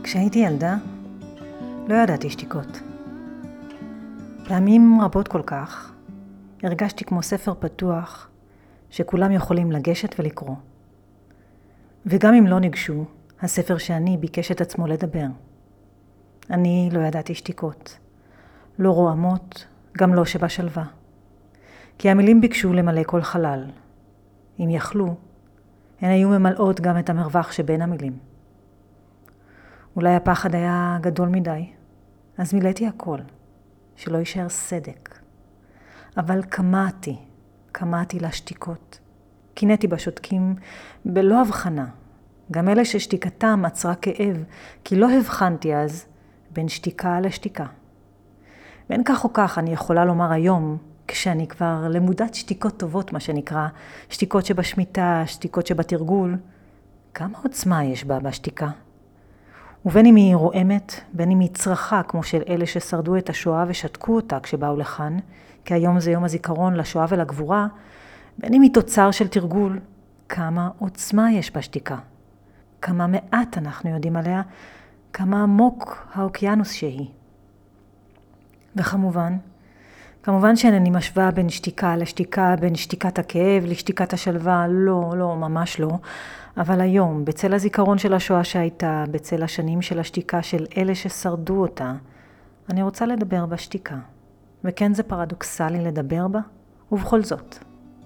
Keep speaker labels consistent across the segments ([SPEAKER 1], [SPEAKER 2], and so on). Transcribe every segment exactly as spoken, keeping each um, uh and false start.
[SPEAKER 1] כשהייתי ילדה, לא ידעתי שתיקות. פעמים רבות כל כך, הרגשתי כמו ספר פתוח, שכולם יכולים לגשת ולקרוא. וגם אם לא ניגשו, הספר שאני ביקש את עצמו לדבר. אני לא ידעתי שתיקות. לא רועמות, גם לא שבשלווה. כי המילים ביקשו למלא כל חלל. אם יכלו, הן היו ממלאות גם את המרווח שבין המילים. אולי הפחד היה גדול מדי, אז מילאתי הכל, שלא יישאר סדק. אבל קמאתי, קמאתי לשתיקות. קינאתי בשותקים בלא הבחנה, גם אלה ששתיקתם עצרה כאב, כי לא הבחנתי אז בין שתיקה לשתיקה. ואין כך או כך אני יכולה לומר היום, כשאני כבר למודת שתיקות טובות, מה שנקרא, שתיקות שבשמיטה, שתיקות שבתרגול, כמה עוצמה יש בה בשתיקה. ובין אם היא רועמת, בין אם היא צרחה, כמו של אלה ששרדו את השואה ושתקו אותה כשבאו לכאן, כי היום זה יום הזיכרון לשואה ולגבורה, בין אם היא תוצר של תרגול, כמה עוצמה יש בשתיקה. כמה מעט אנחנו יודעים עליה, כמה עמוק האוקיינוס שהיא. וכמובן, כמובן שאינני משווה בין שתיקה לשתיקה, בין שתיקת הכאב לשתיקת השלווה, לא, לא, ממש לא. אבל היום, בצל הזיכרון של השואה שהייתה, בצל השנים של השתיקה של אלה ששרדו אותה, אני רוצה לדבר בשתיקה. וכן זה פרדוקסלי לדבר בה, ובכל זאת.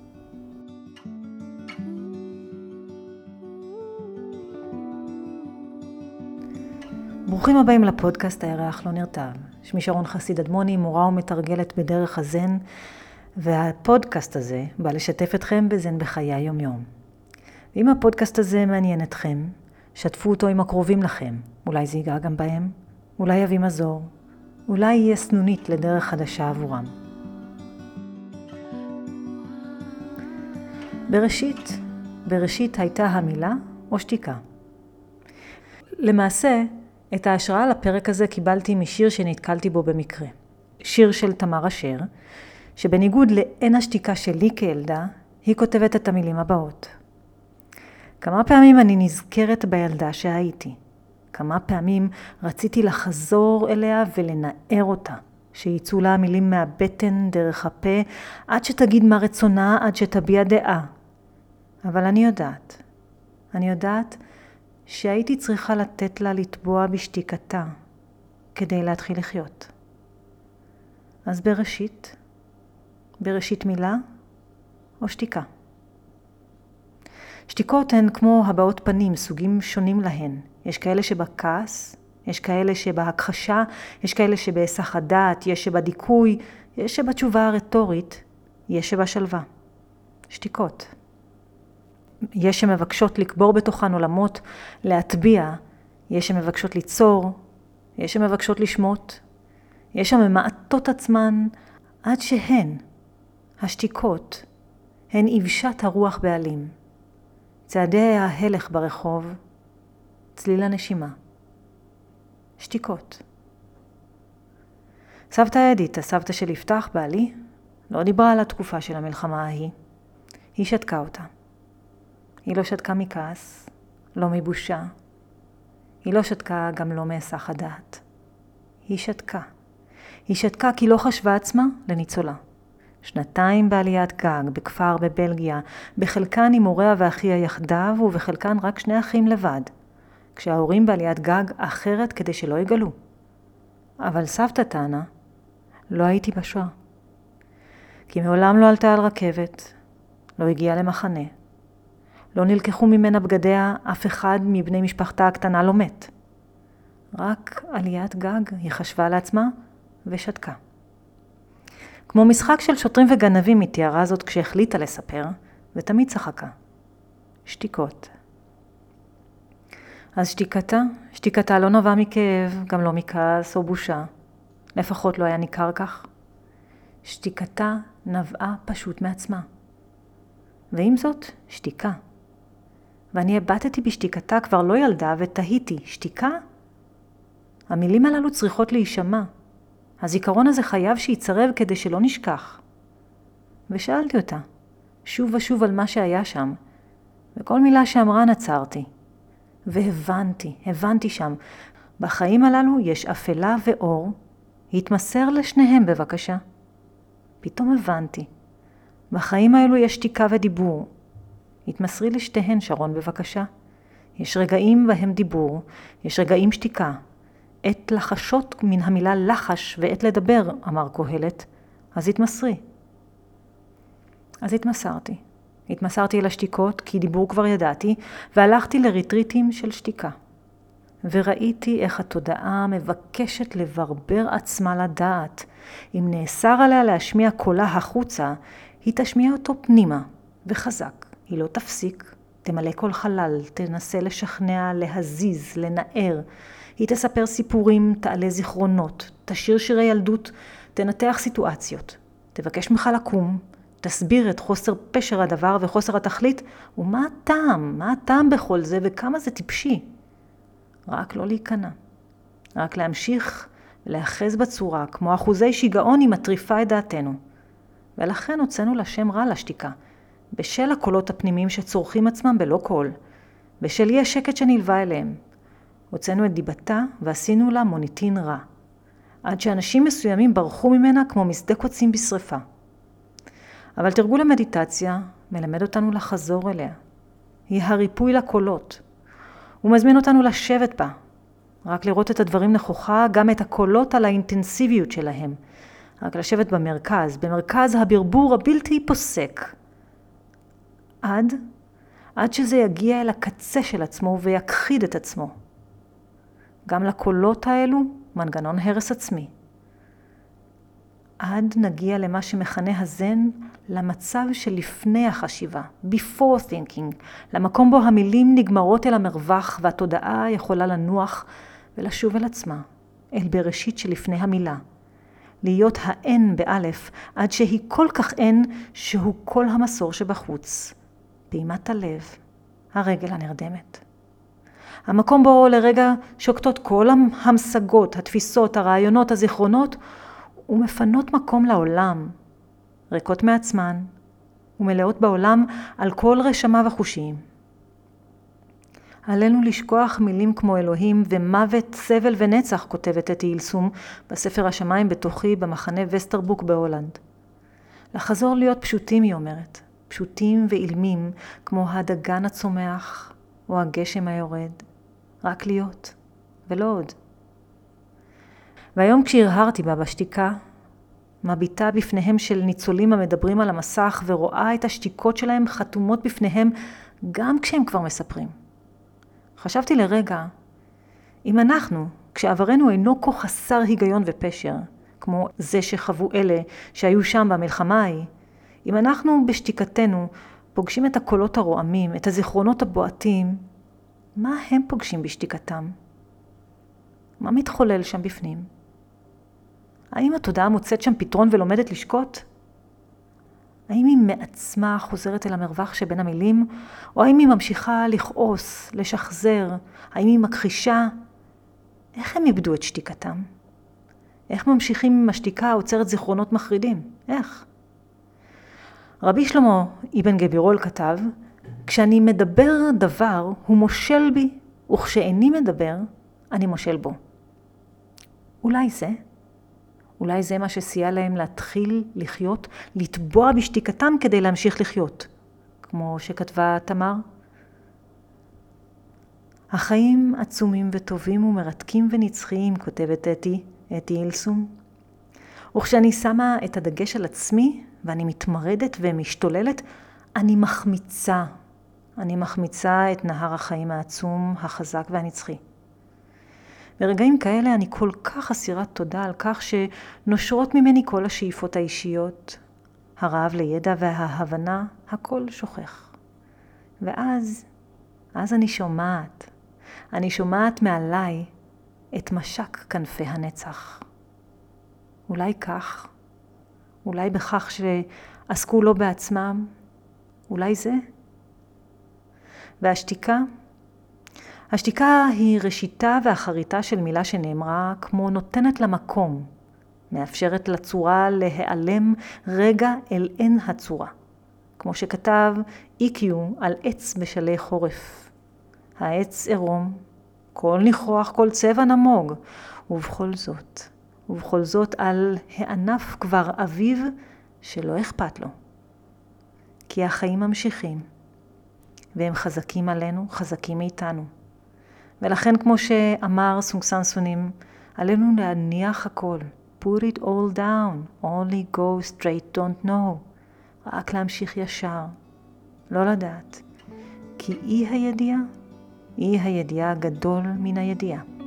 [SPEAKER 1] ברוכים הבאים לפודקאסט הירח לא נרטב. שמי שרון חסיד אדמוני, מורה ומתרגלת בדרך הזן, והפודקאסט הזה בא לשתף אתכם בזן בחיי היום יום. ואם הפודקאסט הזה מעניין אתכם, שתפו אותו עם הקרובים לכם. אולי זה ייגע גם בהם, אולי יביא מזור, אולי יהיה סנונית לדרך חדשה עבורם. בראשית, בראשית הייתה המילה או שתיקה. למעשה, את ההשראה לפרק הזה קיבלתי משיר שנתקלתי בו במקרה. שיר של תמר אשר, שבניגוד לאין השתיקה שלי כילדה, היא כותבת את המילים הבאות. כמה פעמים אני נזכרת בילדה שהייתי. כמה פעמים רציתי לחזור אליה ולנער אותה, שיצאו לה המילים מהבטן דרך הפה, עד שתגיד מה רצונה, עד שתביע דעה. אבל אני יודעת, אני יודעת שהייתי צריכה לתת לה לטבוע בשתיקתה, כדי להתחיל לחיות. אז בראשית, בראשית מילה או שתיקה. שתיקות הן כמו הבעות פנים, סוגים שונים להן. יש כאלה שבכעס, יש כאלה שבהכחשה, יש כאלה שבהיסח הדעת, יש שבדיכוי, יש שבתשובה הרטורית, יש שבשלווה. שתיקות. יש שמבקשות לקבור בתוכן עולמות, להטביע, יש שמבקשות ליצור, יש שמבקשות לשמות, יש שממעטות עצמן עד שהן, השתיקות, הן יבשת הרוח בעלים. צעדי ההלך ברחוב, צליל הנשימה. שתיקות. סבתא אדית, הסבתא של יפתח, בעלי, לא דיברה על התקופה של המלחמה ההיא. היא שתקה אותה. היא לא שתקה מכעס, לא מבושה. היא לא שתקה גם לא מהיסח הדעת. היא שתקה. היא שתקה כי לא חשבה עצמה לניצולה. שנתיים בעליית גג, בכפר בבלגיה, בחלקן עם הוריה ואחיה יחדיו, ובחלקן רק שני אחים לבד. כשההורים בעליית גג אחרת כדי שלא יגלו. אבל סבתא טענה, לא הייתי בשואה. כי מעולם לא עלתה על רכבת, לא הגיעה למחנה. לא נלקחו ממנה בגדיה, אף אחד מבני משפחתה הקטנה לא מת. רק עליית גג היא חשבה לעצמה ושתקה. כמו משחק של שוטרים וגנבים היא תיארה זאת כשהחליטה לספר, ותמיד צחקה. שתיקות. אז שתיקתה, שתיקתה לא נבעה מכאב, גם לא מכעס או בושה. לפחות לא היה ניכר כך. שתיקתה נבעה פשוט מעצמה. ועם זאת, שתיקה. ואני הבטתי בשתיקתה כבר לא ילדה ותהיתי, שתיקה? המילים הללו צריכות להישמע. הזיכרון הזה חייב שיצרב כדי שלא נשכח. ושאלתי אותה, שוב ושוב על מה שהיה שם, וכל מילה שאמרה נצרתי. והבנתי, הבנתי שם. בחיים הללו יש אפלה ואור, התמסר לשניהם בבקשה. פתאום הבנתי. בחיים האלו יש שתיקה ודיבור. התמסרי לשתיהן, שרון, בבקשה. יש רגעים בהם דיבור, יש רגעים שתיקה. עת לחשות מן המילה לחש ועת לדבר, אמר קהלת, אז התמסרי. אז התמסרתי. התמסרתי אל השתיקות, כי דיבור כבר ידעתי, והלכתי לריטריטים של שתיקה. וראיתי איך התודעה מבקשת לברבר עצמה לדעת. אם נאסר עליה להשמיע קולה החוצה, היא תשמיע אותו פנימה, וחזק. היא לא תפסיק, תמלא כל חלל, תנסה לשכנע, להזיז, לנער. היא תספר סיפורים, תעלה זיכרונות, תשיר שירי ילדות, תנתח סיטואציות. תבקש ממך לקום, תסביר את חוסר פשר הדבר וחוסר התכלית, ומה הטעם, מה הטעם בכל זה וכמה זה טיפשי. רק לא להיכנע. רק להמשיך ולהאחז בצורה, כמו אחוזי שיגעון היא מטריפה את דעתנו. ולכן הוצאנו לשם רע לשתיקה, בשל הקולות הפנימיים שצורכים עצמם בלא קול, בשל אי השקט שנלווה אליהם. הוצאנו את דיבתה ועשינו לה מוניטין רע, עד שאנשים מסוימים ברחו ממנה כמו משדה קוצים בשריפה. אבל תרגול המדיטציה מלמד אותנו לחזור אליה. היא הריפוי לקולות. הוא מזמין אותנו לשבת בה, רק לראות את הדברים נכוחה, גם את הקולות על האינטנסיביות שלהם. רק לשבת במרכז, במרכז הברבור הבלתי פוסק. עד, עד שזה יגיע אל הקצה של עצמו ויכחיד את עצמו. גם לקולות האלו מנגנון הרס עצמי. עד נגיע למה שמכנה הזן, למצב שלפני החשיבה, before thinking, למקום בו המילים נגמרות אל המרווח והתודעה יכולה לנוח ולשוב אל עצמה, אל בראשית שלפני המילה. להיות האין באלף עד שהיא כל כך אין שהוא כל המסור שבחוץ. פעימת הלב, הרגל הנרדמת. המקום בו לרגע שוקטות כל המשגות, התפיסות, הרעיונות, הזיכרונות, ומפנות מקום לעולם, ריקות מעצמן, ומלאות בעולם על כל רשמה וחושים. עלינו לשכוח מילים כמו אלוהים ומוות, סבל ונצח, כותבת אתי אילסום בספר השמיים בתוכי במחנה וסטרבוק בהולנד. לחזור להיות פשוטים, היא אומרת, פשוטים ואילמים, כמו הדגן הצומח או הגשם היורד. רק להיות, ולא עוד. והיום כשהרהרתי בה בשתיקה, מביטה בפניהם של ניצולים המדברים על המסך ורואה את השתיקות שלהם חתומות בפניהם גם כשהם כבר מספרים. חשבתי לרגע, אם אנחנו, כשעברנו אינו כה חסר היגיון ופשר, כמו זה שחוו אלה שהיו שם במלחמה ההיא, אם אנחנו בשתיקתנו פוגשים את הקולות הרועמים, את הזיכרונות הבועטים, מה הם פוגשים בשתיקתם? מה מתחולל שם בפנים? האם התודעה מוצאת שם פתרון ולומדת לשקוט? האם היא מעצמה חוזרת אל המרווח שבין המילים, או האם היא ממשיכה לכעוס, לשחזר? האם היא מכחישה? איך הם איבדו את שתיקתם? איך ממשיכים עם השתיקה האוצרת זיכרונות מחרידים? איך? רבי שלמה אבן גבירול כתב, כשאני מדבר דבר הוא מושל בי, וכשאיני מדבר אני מושל בו. אולי זה? אולי זה מה שסייע להם להתחיל לחיות, לטבוע בשתיקתם כדי להמשיך לחיות. כמו שכתבה תמר. החיים עצומים וטובים ומרתקים ונצחיים, כותבת אתי, אתי אילסום. וכשאני שמה את הדגש על עצמי, ואני מתמרדת ומשתוללת, אני מחמיצה. אני מחמיצה את נהר החיים העצום, החזק והנצחי. ברגעים כאלה אני כל כך אסירת תודה על כך שנושרות ממני כל השאיפות האישיות, הרעב לידע וההבנה, הכל שוכח. ואז, אז אני שומעת, אני שומעת מעליי את משק כנפי הנצח. אולי כך, אולי בכך שעסקו לו בעצמם, אולי זה. והשתיקה, השתיקה היא ראשיתה ואחריתה של מילה שנאמרה כמו נותנת למקום, מאפשרת לצורה להיעלם רגע אל אין הצורה. כמו שכתב אי קיו על עץ בשלי חורף. העץ עירום, כל ניחוח, כל צבע נמוג. ובכל זאת, ובכל זאת על הענף כבר אביב שלא אכפת לו. כי החיים ממשיכים, והם חזקים עלינו, חזקים מאיתנו. ולכן כמו שאמר סונג סונים, עלינו להניח הכל. Put it all down, only go straight, don't know. רק להמשיך ישר, לא לדעת. כי אי הידיעה, אי הידיעה גדול מן הידיעה.